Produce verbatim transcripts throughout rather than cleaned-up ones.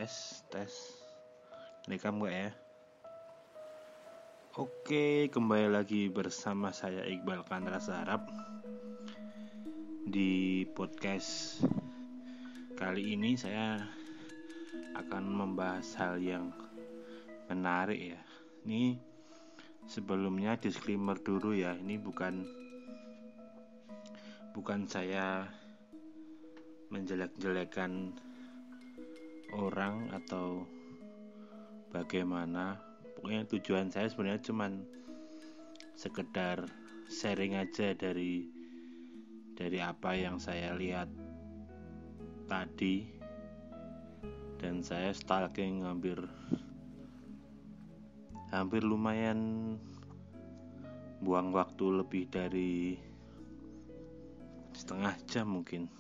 tes tes rekam gak ya? Oke, kembali lagi bersama saya Iqbal Kanrasa Arab di podcast kali ini. Saya akan membahas hal yang menarik ya. Ini sebelumnya disclaimer dulu ya, ini bukan bukan saya menjelek-jelekan orang atau bagaimana. Pokoknya tujuan saya sebenarnya cuman sekedar sharing aja dari dari apa yang saya lihat tadi, dan saya stalking hampir hampir lumayan buang waktu lebih dari setengah jam mungkin.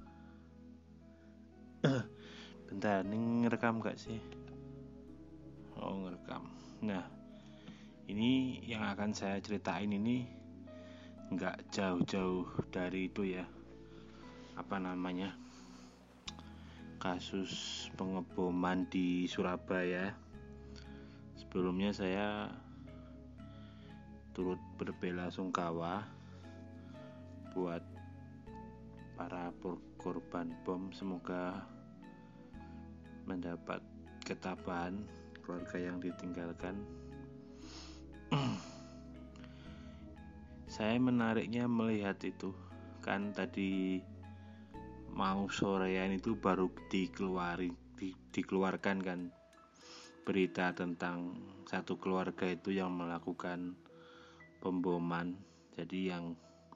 Bentar, ini ngerekam gak sih? Oh, ngerekam. Nah, ini yang akan saya ceritain ini gak jauh-jauh dari itu ya, apa namanya, kasus pengeboman di Surabaya. Sebelumnya saya turut berbelasungkawa buat para korban bom. Semoga mendapat ketabahan keluarga yang ditinggalkan. Saya menariknya melihat itu kan, tadi mau sorean itu baru dikeluarin di, dikeluarkan kan berita tentang satu keluarga itu yang melakukan pemboman. Jadi yang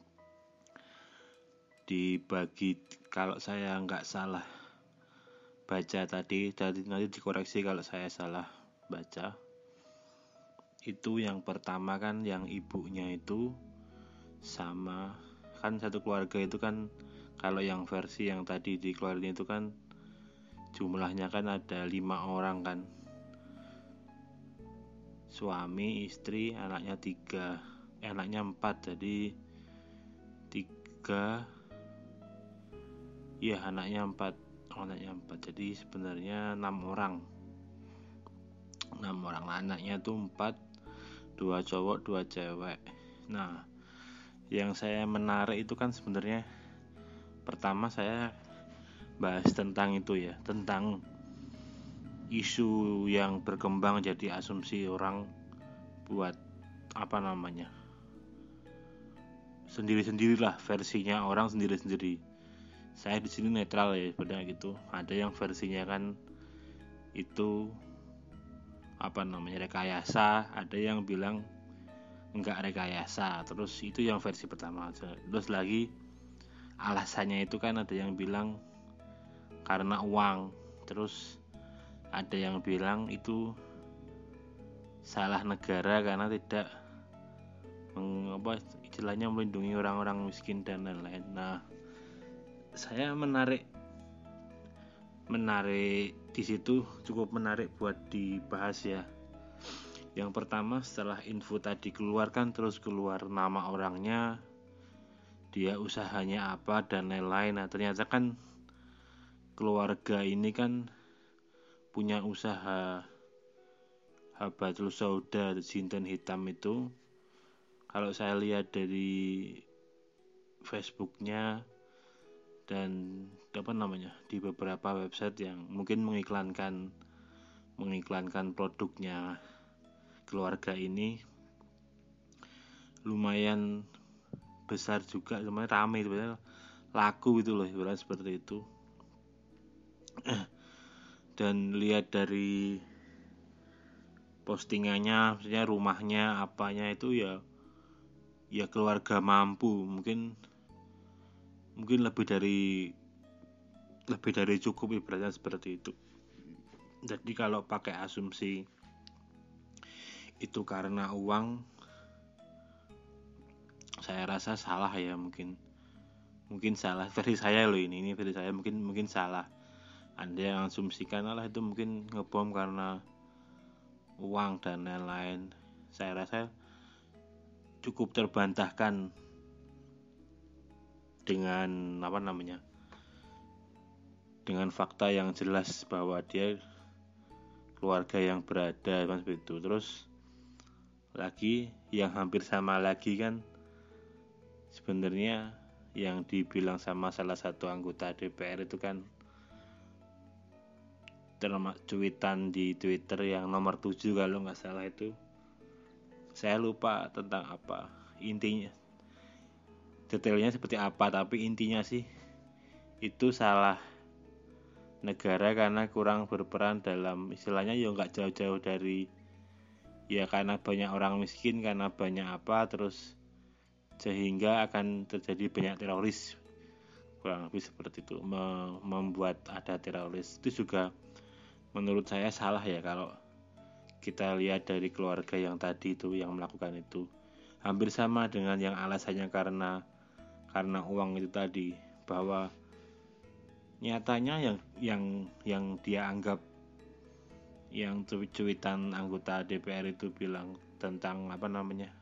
dibagi, kalau saya nggak salah baca tadi, tadi nanti dikoreksi kalau saya salah baca. Itu yang pertama kan yang ibunya itu sama, kan satu keluarga itu kan, kalau yang versi yang tadi dikeluarin itu kan jumlahnya kan ada lima orang kan, suami, istri, anaknya tiga, eh, anaknya empat, jadi tiga, ya anaknya empat, anaknya empat, jadi sebenarnya enam orang, enam orang, anaknya tuh empat, dua cowok, dua cewek. Nah, yang saya menarik itu kan sebenarnya pertama saya bahas tentang itu ya, tentang isu yang berkembang jadi asumsi orang buat apa namanya, sendiri-sendirilah versinya orang sendiri-sendiri. Saya di sini netral ya, sebenarnya gitu. Ada yang versinya kan itu apa namanya, rekayasa, ada yang bilang enggak rekayasa. Terus itu yang versi pertama aja. Terus lagi alasannya itu kan ada yang bilang karena uang. Terus ada yang bilang itu salah negara karena tidak mengapa istilahnya melindungi orang-orang miskin dan lain-lain. Nah, saya menarik menarik di situ, cukup menarik buat dibahas ya. Yang pertama, setelah info tadi keluarkan, terus keluar nama orangnya, dia usahanya apa dan lain-lain. Nah, ternyata kan keluarga ini kan punya usaha Habatul Sauda, Jinten Hitam itu. Kalau saya lihat dari Facebooknya dan apa namanya, di beberapa website yang mungkin mengiklankan mengiklankan produknya keluarga ini, lumayan besar juga, lumayan ramai sebenarnya, laku gitu loh, sebenarnya seperti itu. Dan lihat dari postingannya, maksudnya rumahnya apanya itu ya ya keluarga mampu, mungkin mungkin lebih dari lebih dari cukup, ibaratnya seperti itu. Jadi kalau pakai asumsi itu karena uang, saya rasa salah ya, mungkin mungkin salah versi saya loh, ini ini versi saya, mungkin mungkin salah. Anda yang asumsikan lah itu mungkin ngebom karena uang dan lain-lain. Saya rasa cukup terbantahkan dengan apa namanya, dengan fakta yang jelas bahwa dia keluarga yang berada kan seperti itu. Terus lagi yang hampir sama lagi kan sebenarnya yang dibilang sama salah satu anggota D P R itu kan termasuk cuitan di Twitter yang nomor tujuh kalau nggak salah itu, saya lupa tentang apa intinya, detailnya seperti apa, tapi intinya sih itu salah negara karena kurang berperan dalam istilahnya ya nggak jauh-jauh dari ya karena banyak orang miskin, karena banyak apa terus sehingga akan terjadi banyak teroris, kurang lebih seperti itu, membuat ada teroris. Itu juga menurut saya salah ya kalau kita lihat dari keluarga yang tadi itu yang melakukan itu, hampir sama dengan yang alasannya karena karena uang itu tadi, bahwa nyatanya yang yang yang dia anggap yang cuitan anggota D P R itu bilang tentang apa namanya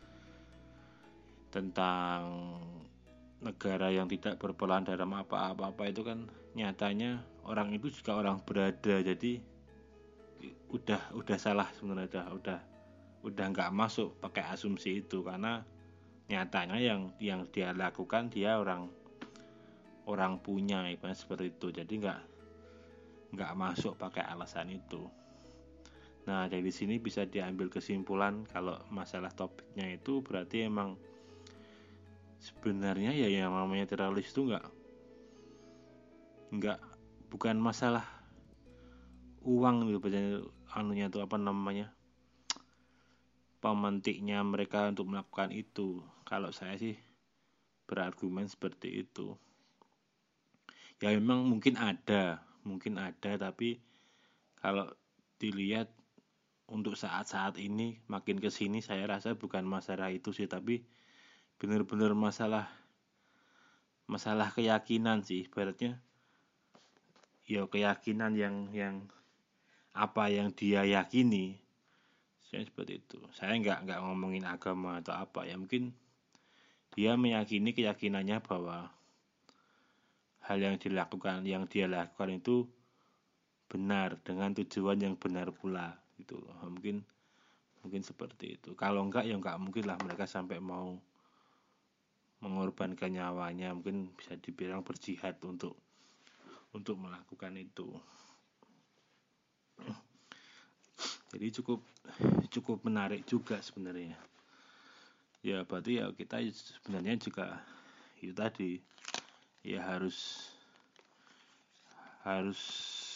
tentang negara yang tidak berperan dalam apa-apa itu kan nyatanya orang itu juga orang berada, jadi udah udah salah sebenarnya, udah udah udah nggak masuk pakai asumsi itu, karena nyatanya yang yang dia lakukan dia orang orang punya ibaratnya seperti itu, jadi nggak nggak masuk pakai alasan itu. Nah dari sini bisa diambil kesimpulan kalau masalah topiknya itu berarti emang sebenarnya ya yang namanya teroris itu nggak nggak bukan masalah uang gitu, anunya tuh apa namanya pemantiknya mereka untuk melakukan itu. Kalau saya sih berargumen seperti itu. Ya memang mungkin ada, mungkin ada, tapi kalau dilihat untuk saat-saat ini makin kesini saya rasa bukan masalah itu sih, tapi benar-benar masalah masalah keyakinan sih, ibaratnya ya keyakinan yang yang apa yang dia yakini, saya seperti itu. Saya nggak nggak ngomongin agama atau apa ya, mungkin dia meyakini keyakinannya bahwa hal yang dilakukan yang dia lakukan itu benar dengan tujuan yang benar pula gitu loh. Mungkin mungkin seperti itu. Kalau enggak ya enggak mungkin lah mereka sampai mau mengorbankan nyawanya, mungkin bisa dibilang berjihad untuk untuk melakukan itu. Jadi cukup cukup menarik juga sebenarnya. Ya berarti ya kita sebenarnya juga itu tadi ya harus harus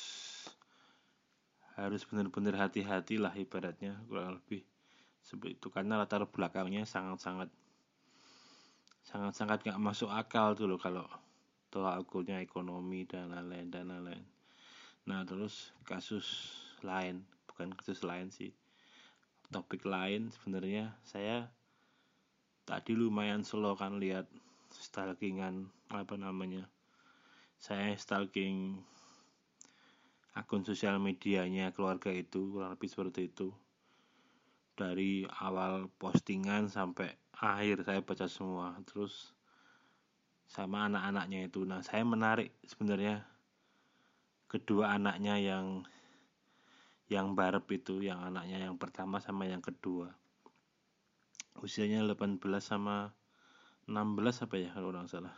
harus benar-benar hati-hati lah ibaratnya, kurang lebih seperti itu, karena latar belakangnya sangat-sangat sangat-sangat nggak masuk akal tuh loh kalau tolak ukurnya ekonomi dan lain-lain dan lain-lain. Nah terus kasus lain, bukan kasus lain sih, topik lain sebenarnya saya tadi lumayan slow kan lihat stalkingan apa namanya, saya stalking akun sosial medianya keluarga itu, kurang lebih seperti itu, dari awal postingan sampai akhir saya baca semua, terus sama anak-anaknya itu. Nah saya menarik sebenarnya kedua anaknya yang yang barep itu, yang anaknya yang pertama sama yang kedua, usianya delapan belas sama enam belas apa ya kalau orang salah.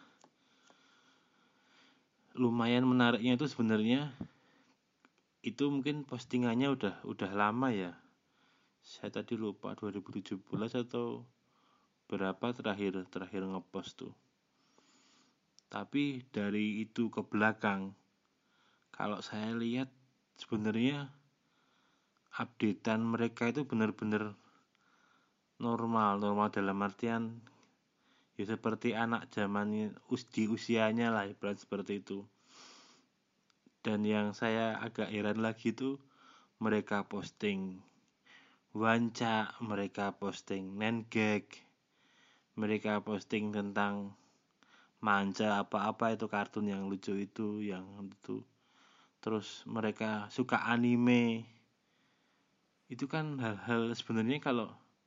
Lumayan menariknya itu sebenarnya itu mungkin postingannya udah udah lama ya, saya tadi lupa dua ribu tujuh belas atau berapa terakhir terakhir ngepost tuh. Tapi dari itu ke belakang kalau saya lihat sebenarnya updatean mereka itu benar-benar normal, normal dalam artian ya seperti anak zaman di usianya lah, ibarat seperti itu. Dan yang saya agak heran lagi itu mereka posting wanca, mereka posting nengek, mereka posting tentang manja apa-apa itu, kartun yang lucu itu, yang itu. Terus mereka suka anime. Itu kan hal-hal sebenarnya kalau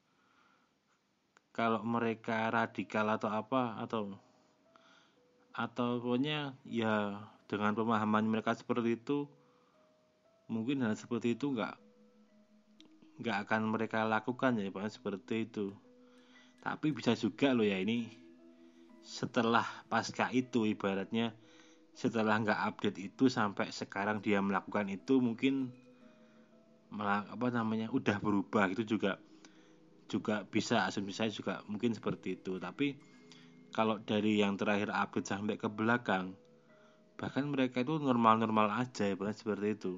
kalau mereka radikal atau apa atau atau pokoknya ya dengan pemahaman mereka seperti itu, mungkin hal seperti itu nggak nggak akan mereka lakukan ya Pak, seperti itu. Tapi bisa juga loh ya, ini setelah pasca itu, ibaratnya setelah nggak update itu sampai sekarang dia melakukan itu, mungkin apa namanya udah berubah, itu juga juga bisa, asumsi saya juga mungkin seperti itu. Tapi kalau dari yang terakhir update sampai ke belakang, bahkan mereka itu normal-normal aja ya, seperti itu.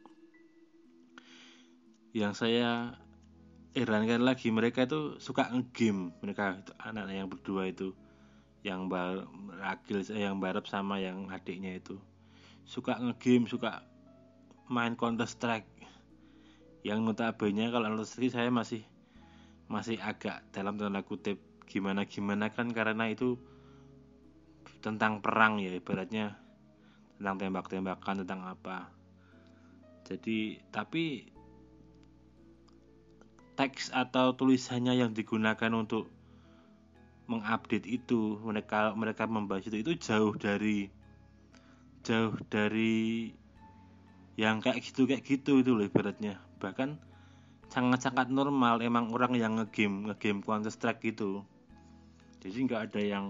Yang saya herankan lagi, mereka itu suka ngegame, mereka itu, anak-anak yang berdua itu, yang bar Ragil, yang Barep sama yang adiknya itu suka ngegame, suka main Counter Strike, yang notabene kalau Counter Strike saya masih masih agak dalam tanda kutip gimana gimana kan, karena itu tentang perang ya, ibaratnya tentang tembak-tembakan, tentang apa. Jadi tapi teks atau tulisannya yang digunakan untuk mengupdate itu, mereka mereka membahas itu itu jauh dari jauh dari yang kayak gitu kayak gitu itu loh ibaratnya. Bahkan sangat-sangat normal, emang orang yang ngegame ngegame Counter Strike gitu. Jadi nggak ada yang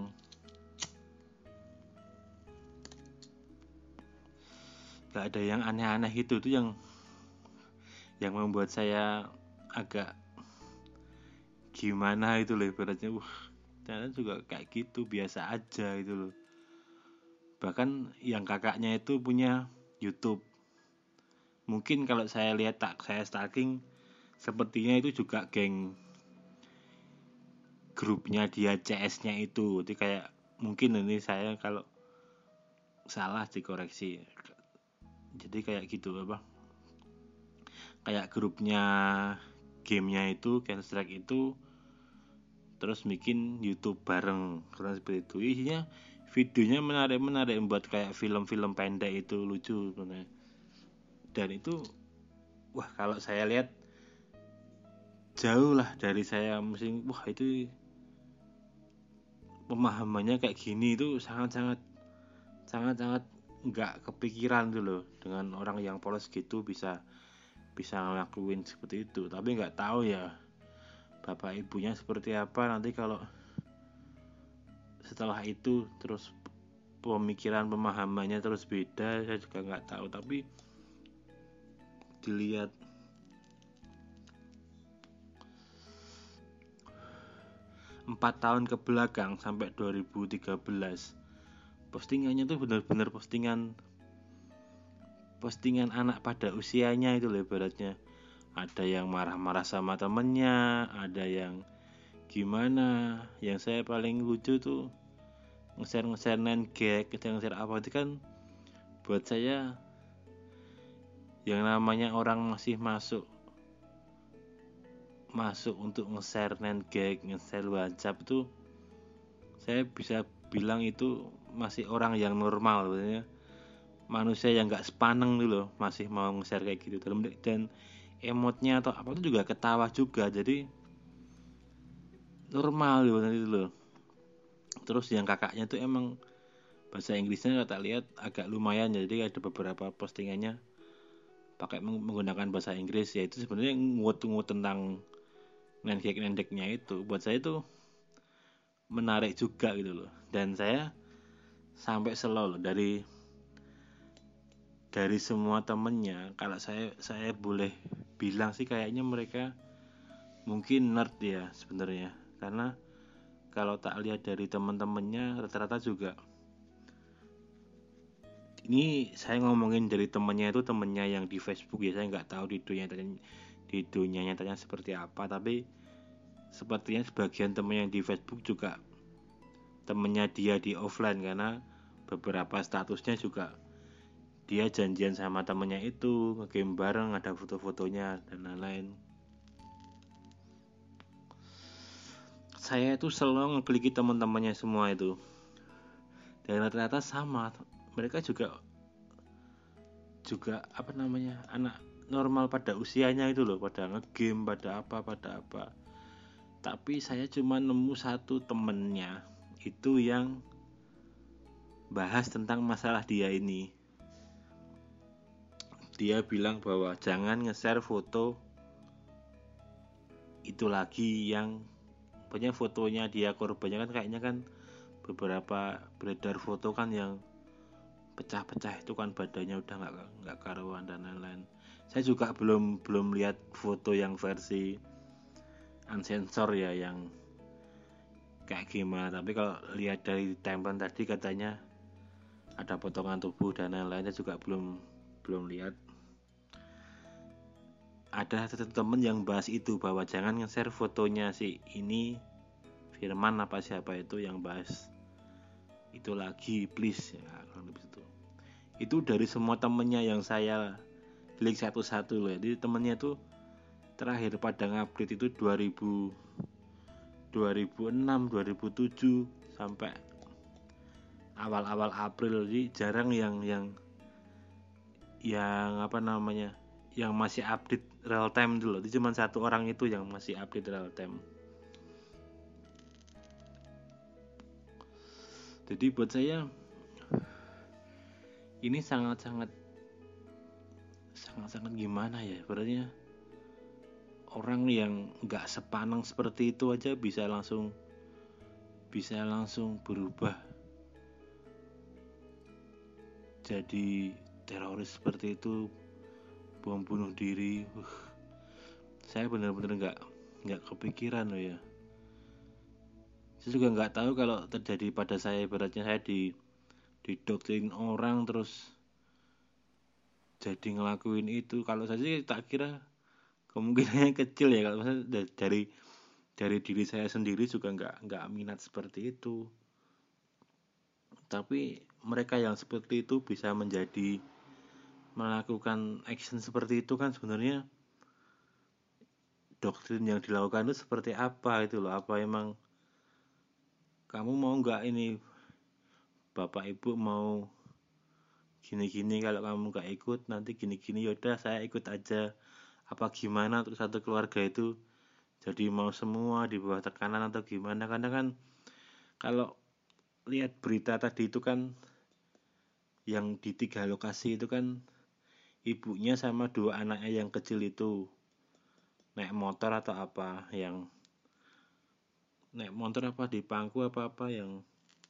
nggak ada yang aneh-aneh gitu. Itu yang yang membuat saya agak gimana itu loh ibaratnya. Wah, ternyata juga kayak gitu, biasa aja itu loh. Bahkan yang kakaknya itu punya YouTube. Mungkin kalau saya lihat, tak saya stalking, sepertinya itu juga geng grupnya dia, C S-nya itu. Jadi kayak mungkin ini saya kalau salah dikoreksi. Jadi kayak gitu apa? Kayak grupnya gamenya itu, Counter Strike itu, terus bikin YouTube bareng, karena seperti itu. Isinya videonya menarik-menarik, buat kayak film-film pendek itu, lucu sebenarnya. Dan itu wah, kalau saya lihat jauh lah dari saya, mesti wah itu pemahamannya kayak gini, itu sangat-sangat sangat-sangat nggak kepikiran tuh loh, dengan orang yang polos gitu bisa bisa ngelakuin seperti itu. Tapi nggak tahu ya bapak ibunya seperti apa nanti kalau setelah itu, terus pemikiran pemahamannya terus beda, saya juga nggak tahu. Tapi dilihat empat tahun ke belakang sampai dua ribu tiga belas, postingannya tuh benar-benar postingan postingan anak pada usianya itu loh ibaratnya. Ada yang marah-marah sama temennya, ada yang gimana. Yang saya paling lucu tuh nge-share-nge-share nengek, nge-share apa itu kan, buat saya yang namanya orang masih masuk masuk untuk nge-share nengek, nge-share WhatsApp tuh, saya bisa bilang itu masih orang yang normal, sebenarnya manusia yang nggak sepaneng tuh loh, masih mau nge-share kayak gitu. Dan emotnya atau apa itu juga ketawa juga, jadi normal gitu itu loh. Terus yang kakaknya tuh emang bahasa Inggrisnya kata lihat agak lumayan, jadi ada beberapa postingannya pakai menggunakan bahasa Inggris, ya itu sebenarnya ngut-ngut tentang nendek-nendeknya itu. Buat saya itu menarik juga gitu loh. Dan saya sampai slow loh, dari dari semua temennya, kalau saya saya boleh bilang sih kayaknya mereka mungkin nerd ya sebenarnya. Karena kalau tak lihat dari teman-temannya rata-rata juga, ini saya ngomongin dari temennya itu, temennya yang di Facebook ya, saya nggak tahu di dunia di dunia nyatanya seperti apa. Tapi sepertinya sebagian temen yang di Facebook juga temennya dia di offline, karena beberapa statusnya juga dia janjian sama temennya itu nge-game bareng, ada foto-fotonya dan lain-lain. Saya itu selalu ngekliki teman-temannya semua itu, dan ternyata sama, mereka juga juga apa namanya anak normal pada usianya itu loh, pada ngegame, pada apa pada apa. Tapi saya cuma nemu satu temennya itu yang bahas tentang masalah dia ini. dia bilang bahwa jangan nge-share foto itu lagi yang punya fotonya dia korbannya kan kayaknya kan beberapa beredar foto kan yang pecah-pecah itu kan badannya udah nggak nggak karuan dan lain-lain. Saya juga belum belum lihat foto yang versi unsensor ya yang kayak gimana, tapi kalau lihat dari timeline tadi katanya ada potongan tubuh dan lain-lainnya juga belum belum lihat. Ada satu temen yang bahas itu bahwa jangan nge-share fotonya si ini Firman apa siapa itu yang bahas itu lagi please ya itu. Itu dari semua temennya yang saya klik satu-satu loh. Jadi temennya tuh terakhir pada ngupdate itu dua ribu dua ribu enam dua ribu tujuh sampai awal-awal April. Jadi jarang yang yang yang apa namanya yang masih update real time dulu. Itu cuma satu orang itu yang masih update real time. Jadi buat saya ini sangat-sangat sangat-sangat gimana ya, berarti orang yang nggak sepanang seperti itu aja bisa langsung bisa langsung berubah jadi teroris seperti itu, bom bunuh diri. Uh, saya benar-benar nggak nggak kepikiran loh ya. Saya juga nggak tahu kalau terjadi pada saya, ibaratnya saya di didoktrin orang terus jadi ngelakuin itu. Kalau saya sih tak kira kemungkinannya kecil ya, kalau misalnya dari dari diri saya sendiri juga nggak nggak minat seperti itu. Tapi mereka yang seperti itu bisa menjadi melakukan action seperti itu kan sebenarnya doktrin yang dilakukan itu seperti apa itu loh. Apa emang kamu mau nggak ini bapak ibu mau gini-gini, kalau kamu nggak ikut nanti gini-gini, yaudah saya ikut aja apa gimana, terus satu keluarga itu jadi mau semua di bawah tekanan atau gimana. Karena kan kalau lihat berita tadi itu kan yang di tiga lokasi itu kan ibunya sama dua anaknya yang kecil itu naik motor atau apa, yang naik motor apa di pangku apa apa yang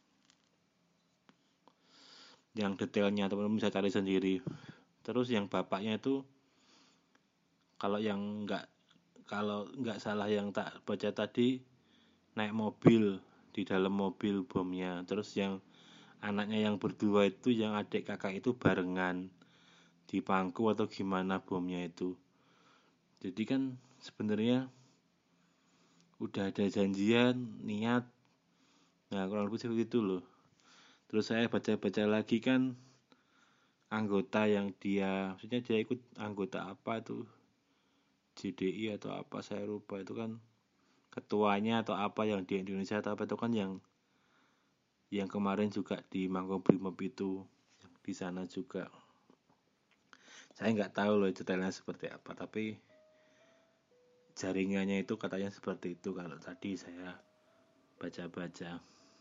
yang detailnya teman-teman bisa cari sendiri. Terus yang bapaknya itu kalau yang nggak kalau nggak salah yang tak baca tadi naik mobil, di dalam mobil bomnya. Terus yang anaknya yang berdua itu yang adik kakak itu barengan di pangku atau gimana bomnya itu. Jadi kan sebenarnya udah ada janjian niat, nah kurang lebih seperti itu loh. Terus saya baca-baca lagi kan anggota yang dia, maksudnya dia ikut anggota apa tuh, J D I atau apa saya lupa, itu kan ketuanya atau apa yang di Indonesia atau apa itu kan yang yang kemarin juga di Makobrimob itu di sana juga. Saya nggak tahu loh detailnya seperti apa, tapi jaringannya itu katanya seperti itu kalau tadi saya baca-baca.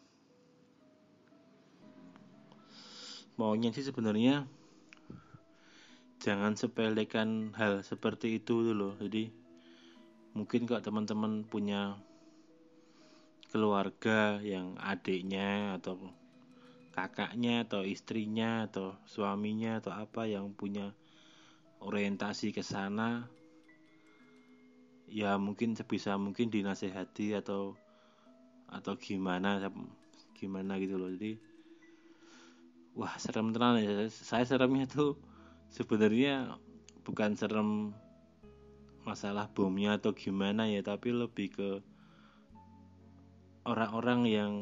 Maunya sih sebenarnya jangan sepelekan hal seperti itu loh. Jadi mungkin kalau teman-teman punya keluarga yang adiknya atau kakaknya atau istrinya atau suaminya atau apa yang punya orientasi ke sana, ya mungkin sebisa mungkin dinasehati atau atau gimana gimana gitu loh. Jadi wah serem tenan ya. Saya seremnya tuh sebenarnya bukan serem masalah bomnya atau gimana ya, tapi lebih ke orang-orang yang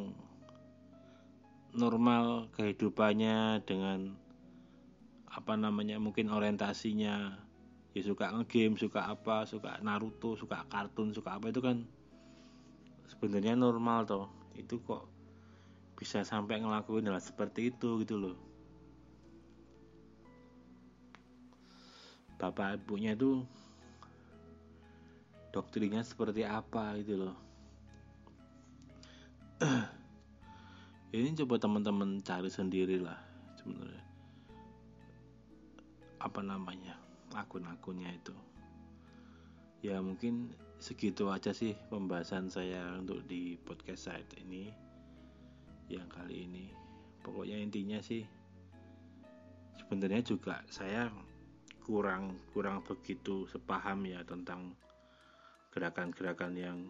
normal kehidupannya dengan apa namanya mungkin orientasinya ya suka nge-game, suka apa, suka Naruto, suka kartun, suka apa, itu kan sebenarnya normal toh. Itu kok bisa sampai ngelakuin hal seperti itu gitu loh. Bapak ibunya tuh doktrinnya seperti apa gitu loh. Ini coba teman-teman cari sendiri lah sebenarnya. apa namanya akun-akunnya itu. Ya mungkin segitu aja sih pembahasan saya untuk di podcast saya ini yang kali ini. Pokoknya intinya sih sebenarnya juga saya kurang kurang begitu sepaham ya tentang gerakan-gerakan yang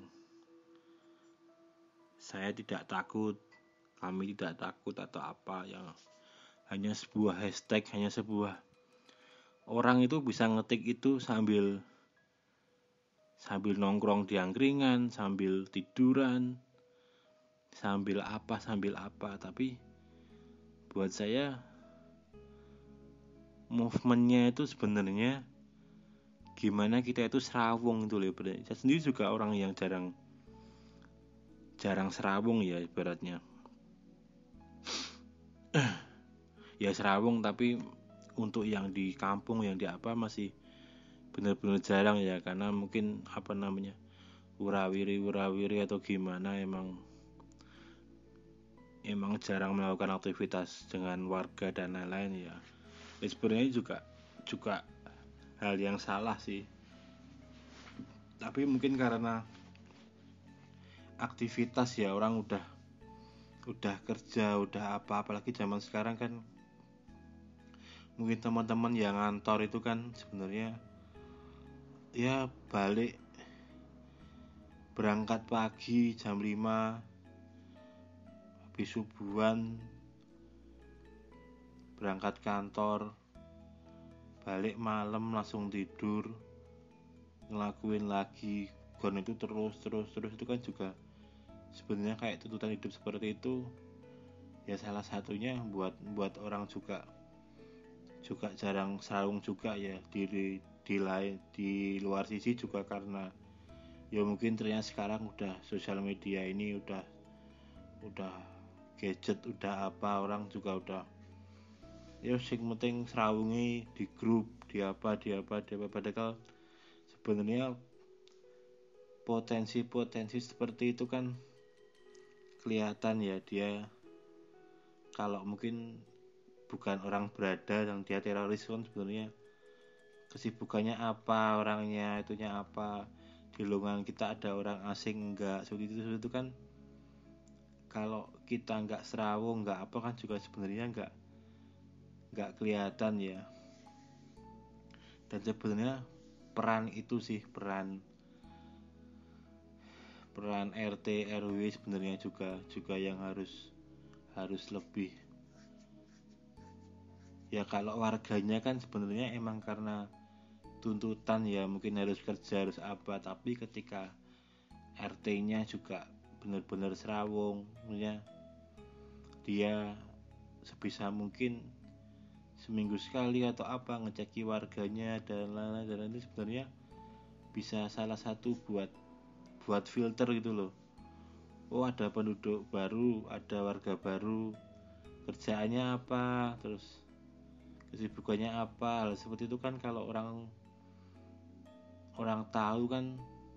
saya tidak takut, kami tidak takut atau apa, yang hanya sebuah hashtag, hanya sebuah orang itu bisa ngetik itu sambil sambil nongkrong di angkringan, sambil tiduran, sambil apa sambil apa tapi buat saya movementnya itu sebenarnya gimana kita itu serawung itu loh. Saya sendiri juga orang yang jarang jarang serawung ya ibaratnya. Ya serawung tapi untuk yang di kampung yang di apa masih benar-benar jarang ya, karena mungkin apa namanya wurawiri wurawiri atau gimana emang emang jarang melakukan aktivitas dengan warga dan lain-lain ya. Ya sebenarnya juga juga hal yang salah sih, tapi mungkin karena aktivitas ya, orang udah udah kerja udah apa, apalagi zaman sekarang kan mungkin teman-teman yang ngantor itu kan sebenarnya ya balik berangkat pagi jam lima habis subuhan berangkat kantor, balik malam langsung tidur, ngelakuin lagi gon itu terus terus terus itu kan juga sebenarnya kayak tuntutan hidup seperti itu ya. Salah satunya buat buat orang juga juga jarang serawung juga ya di di lain di luar sisi juga karena ya mungkin ternyata sekarang udah sosial media ini udah udah gadget udah apa, orang juga udah ya sing penting serawungi di grup di apa di apa di apa, padahal sebenarnya potensi-potensi seperti itu kan kelihatan ya. Dia kalau mungkin bukan orang berada yang dia teroris kan sebenarnya kesibukannya apa, orangnya itunya apa, di lingkungan kita ada orang asing enggak, seperti itu, seperti itu kan. Kalau kita enggak serawung enggak apa kan juga sebenarnya enggak enggak kelihatan ya. Dan sebenarnya peran itu sih peran peran R T R W sebenarnya juga juga yang harus harus lebih ya. Kalau warganya kan sebenarnya emang karena tuntutan ya mungkin harus kerja harus apa, tapi ketika R T-nya juga benar-benar serawung, maksudnya dia sebisa mungkin seminggu sekali atau apa ngeceki warganya dan lain-lain, dan itu sebenarnya bisa salah satu buat buat filter gitu loh. Oh ada penduduk baru, ada warga baru, kerjaannya apa, terus kesibukannya apa, hal seperti itu kan kalau orang orang tahu kan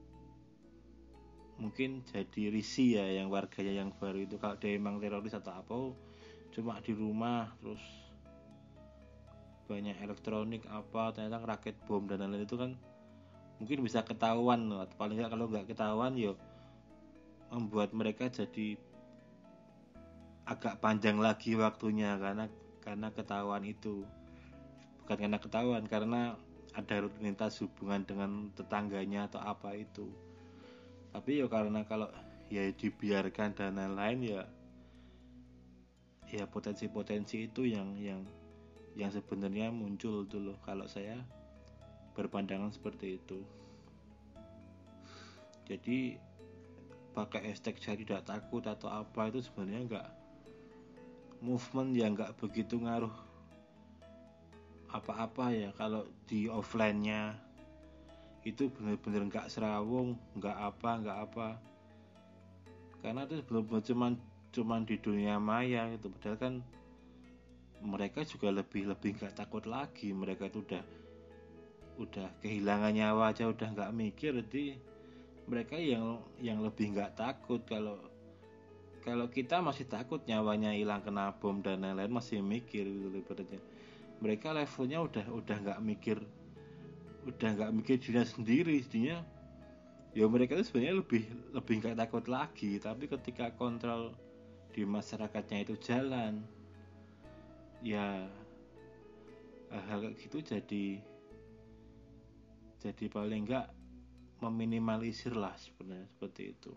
mungkin jadi risih ya yang warganya yang baru itu. Kalau dia emang teroris atau apa, oh, cuma di rumah terus banyak elektronik apa ternyata ngerakit bom dan lain-lain, itu kan mungkin bisa ketahuan loh. Paling nggak kalau nggak ketahuan ya membuat mereka jadi agak panjang lagi waktunya karena karena ketahuan itu. Bukan karena ketahuan, karena ada rutinitas hubungan dengan tetangganya atau apa itu. Tapi ya karena kalau ya dibiarkan dan lain-lain ya ya potensi-potensi itu yang yang yang sebenarnya muncul dulu. Kalau saya berpandangan seperti itu. Jadi pakai hashtag saya tidak takut atau apa itu sebenarnya enggak, movement yang enggak begitu ngaruh apa-apa ya. Kalau di offline-nya itu benar-benar enggak serawung, enggak apa, enggak apa, karena itu benar-benar cuman cuman di dunia maya gitu. Padahal kan mereka juga lebih lebih enggak takut lagi. Mereka itu udah udah kehilangan nyawa aja udah enggak mikir, jadi mereka yang yang lebih enggak takut. Kalau kalau kita masih takut nyawanya hilang kena bom dan lain-lain, masih mikir gitu ibaratnya. mereka levelnya udah udah nggak mikir udah nggak mikir dirinya sendiri, jadinya ya mereka itu sebenarnya lebih lebih nggak takut lagi. Tapi ketika kontrol di masyarakatnya itu jalan, ya hal kayak gitu jadi jadi paling nggak meminimalisir lah sebenarnya, seperti itu.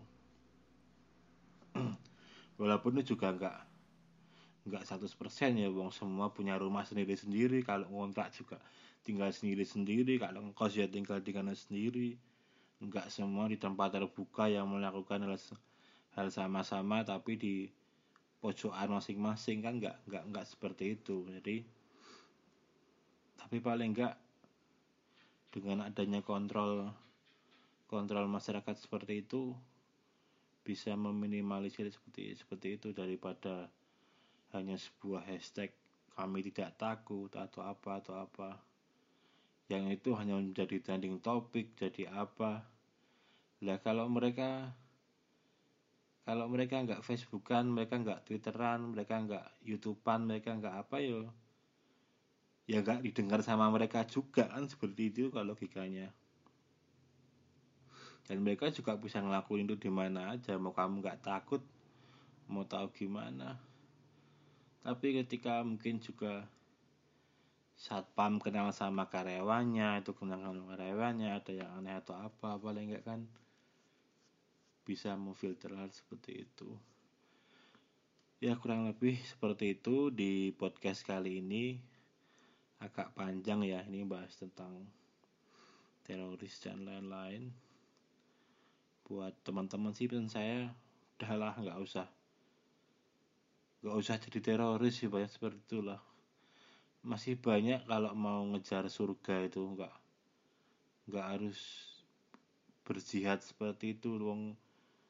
Walaupun itu juga nggak nggak seratus persen ya, wong semua punya rumah sendiri-sendiri, kalau ngontrak juga tinggal sendiri-sendiri, kalau ngekos ya tinggal di kanan sendiri, nggak semua di tempat terbuka yang melakukan hal, hal sama-sama tapi di pojokan masing-masing, kan nggak nggak nggak seperti itu. Jadi tapi paling nggak dengan adanya kontrol kontrol masyarakat seperti itu bisa meminimalisir seperti seperti itu, daripada hanya sebuah hashtag kami tidak takut atau apa atau apa yang itu hanya menjadi trending topik, jadi apa lah. Kalau mereka kalau mereka nggak Facebookan, mereka nggak Twitteran, mereka nggak YouTubean, mereka nggak apa yo ya nggak didengar sama mereka juga, kan seperti itu kalau logikanya. Dan mereka juga bisa ngelakuin itu di mana aja, mau kamu nggak takut, mau tahu gimana. Tapi ketika mungkin juga satpam kenal sama karyawannya, itu kenal sama karyawannya, ada yang aneh atau apa, paling nggak kan bisa memfilter hal seperti itu. Ya kurang lebih seperti itu di podcast kali ini. Agak panjang ya, ini bahas tentang teroris dan lain-lain. Buat teman-teman sih pesan saya, udahlah nggak usah nggak usah jadi teroris sih, banyak seperti itulah. Masih banyak kalau mau ngejar surga itu nggak nggak harus berjihad seperti itu. Wong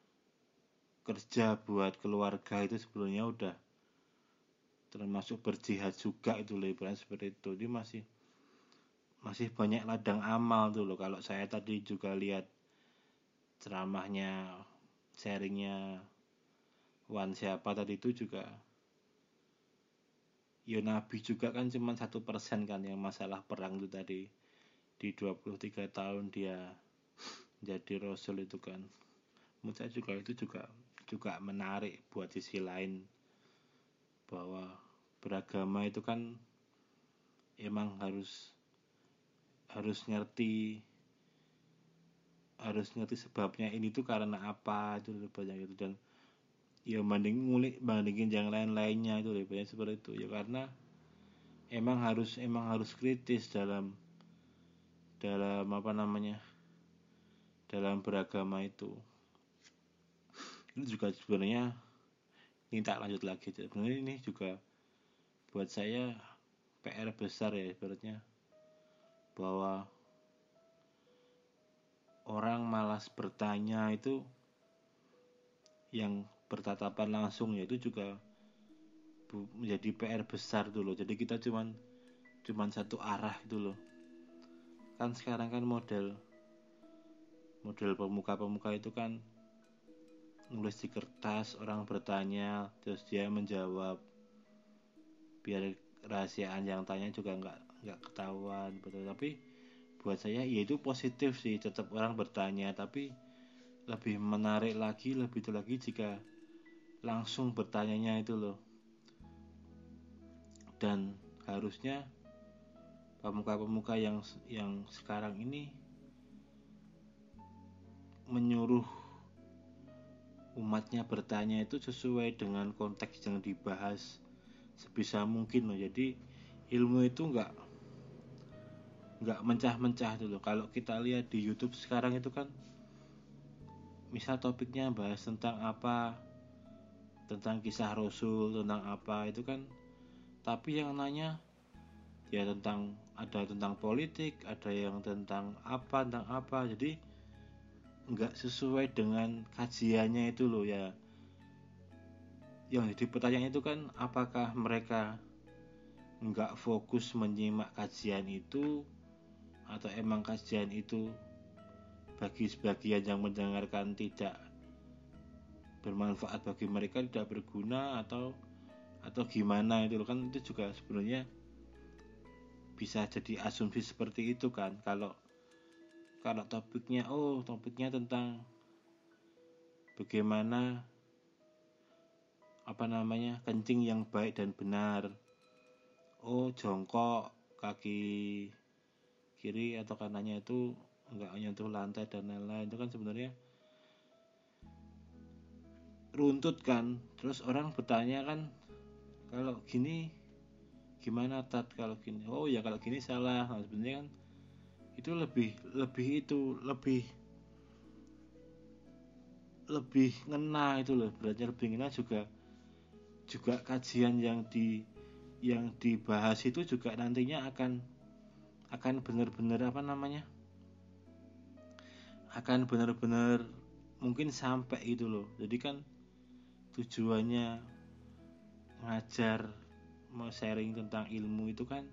kerja buat keluarga itu sebelumnya udah termasuk berjihad juga itu loh, ibaratnya seperti itu. Dia masih masih banyak ladang amal tuh loh. Kalau saya tadi juga lihat ceramahnya, sharingnya Wan siapa tadi itu juga, ya Nabi juga kan cuma satu persen kan yang masalah perang itu tadi. Di dua puluh tiga tahun dia jadi Rasul itu kan. Menurut saya juga itu juga juga menarik buat sisi lain, bahwa beragama itu kan emang harus harus ngerti harus ngerti sebabnya ini tuh karena apa, itu lebih banyak itu. Dan ya banding ngulik bandingin yang lain-lainnya itu lebih banyak seperti itu ya, karena emang harus emang harus kritis dalam dalam apa namanya dalam beragama itu. Ini juga sebenarnya ini tak lanjut lagi, sebenarnya ini juga buat saya P R besar ya ibaratnya, bahwa orang malas bertanya itu yang bertatapan langsung ya, itu juga menjadi P R besar tuh loh. Jadi kita cuman cuman satu arah itu loh. Kan sekarang kan model model pemuka-pemuka itu kan nulis di kertas, orang bertanya terus dia menjawab, biar rahasiaan yang tanya juga nggak nggak ketahuan, betul. Tapi buat saya ya itu positif sih, tetap orang bertanya, tapi lebih menarik lagi, lebih itu lagi jika langsung bertanyanya itu loh. Dan harusnya pemuka-pemuka yang yang sekarang ini menyuruh umatnya bertanya itu sesuai dengan konteks yang dibahas sebisa mungkin loh. Jadi ilmu itu nggak nggak mencah-mencah dulu. Kalau kita lihat di YouTube sekarang itu kan, misal topiknya bahas tentang apa, tentang kisah Rasul, tentang apa itu kan, tapi yang nanya ya tentang, ada tentang politik, ada yang tentang apa tentang apa, jadi nggak sesuai dengan kajiannya itu loh ya. Yang jadi pertanyaan itu kan, apakah mereka nggak fokus menyimak kajian itu, atau emang kajian itu bagi sebagian yang mendengarkan tidak bermanfaat, bagi mereka tidak berguna, atau atau gimana itu loh. Kan itu juga sebenarnya bisa jadi asumsi seperti itu kan. Kalau kalau topiknya oh topiknya tentang bagaimana apa namanya kencing yang baik dan benar, oh jongkok kaki kiri atau kanannya itu enggak menyentuh lantai dan lain-lain, itu kan sebenarnya runtut kan. Terus orang bertanya kan, kalau gini gimana tat, kalau gini oh ya kalau gini salah. Nah, sebenarnya kan itu lebih lebih itu lebih lebih ngena itu loh, berarti lebih ngena juga juga kajian yang di yang dibahas itu juga nantinya akan akan benar-benar apa namanya akan benar-benar mungkin sampai itu loh. Jadi kan tujuannya ngajar mau sharing tentang ilmu itu kan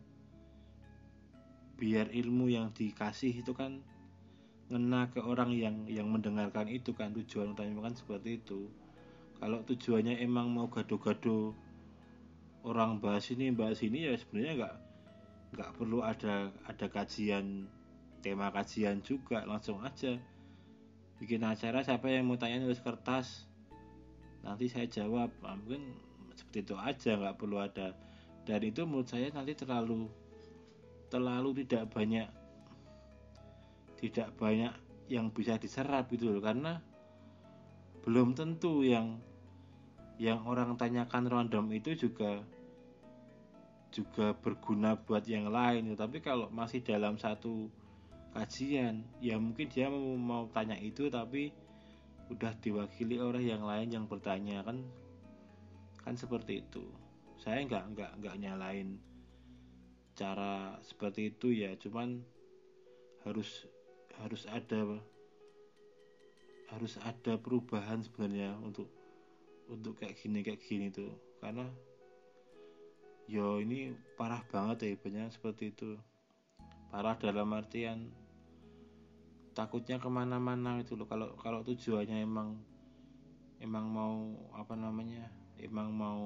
biar ilmu yang dikasih itu kan ngena ke orang yang yang mendengarkan itu kan, tujuan utamanya kan seperti itu. Kalau tujuannya emang mau gado-gado orang bahas ini bahas ini ya sebenarnya nggak nggak perlu ada ada kajian, tema kajian juga, langsung aja bikin acara, siapa yang mau tanya nulis kertas nanti saya jawab. Nah, mungkin seperti itu aja, nggak perlu ada. Dan itu menurut saya nanti terlalu terlalu tidak banyak tidak banyak yang bisa diserap gitu loh, karena belum tentu yang yang orang tanyakan random itu juga juga berguna buat yang lain. Tapi kalau masih dalam satu kajian ya mungkin dia mau, mau tanya itu tapi udah diwakili orang yang lain yang bertanya kan kan seperti itu. Saya nggak nggak nggak nyalain cara seperti itu ya, cuman harus harus ada harus ada perubahan sebenarnya untuk untuk kayak gini kayak gini tuh, karena yo ini parah banget ya banyak seperti itu. Parah dalam artian takutnya kemana-mana itu loh. Kalau kalau tujuannya emang emang mau apa namanya emang mau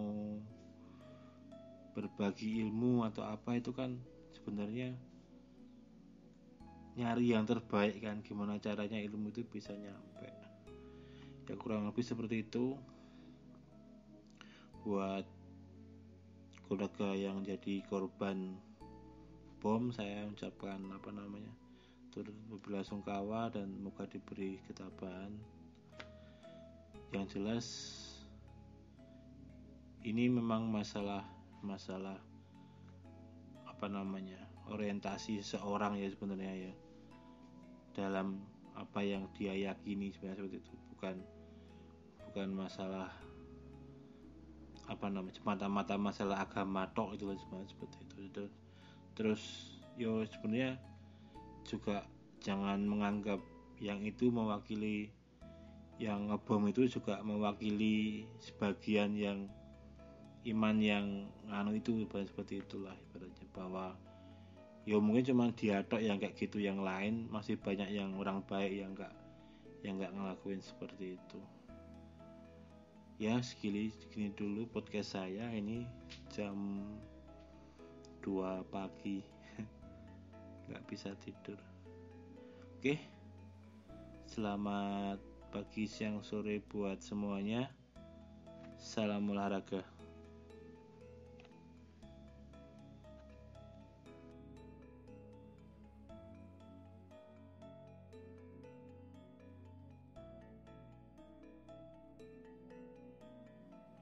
berbagi ilmu atau apa, itu kan sebenarnya nyari yang terbaik kan, gimana caranya ilmu itu bisa nyampe. Ya kurang lebih seperti itu. Buat keluarga yang jadi korban bom, saya ucapkan apa namanya turut berbelasungkawa dan moga diberi ketabahan. Yang jelas ini memang masalah masalah apa namanya orientasi seorang ya sebenarnya ya, dalam apa yang dia yakini sebenarnya seperti itu, bukan bukan masalah apa namanya semata-mata masalah agama tok itu sebenarnya seperti itu. Terus yo sebenarnya juga jangan menganggap yang itu mewakili, yang ngebom itu juga mewakili sebagian yang iman yang nganu itu, seperti itulah ibaratnya, bahwa ya mungkin cuma dia tok yang kayak gitu, yang lain masih banyak yang orang baik yang enggak yang enggak ngelakuin seperti itu. Ya segini segini dulu podcast saya ini, jam dua pagi nggak bisa tidur. Oke, selamat pagi siang sore buat semuanya. Salam olahraga.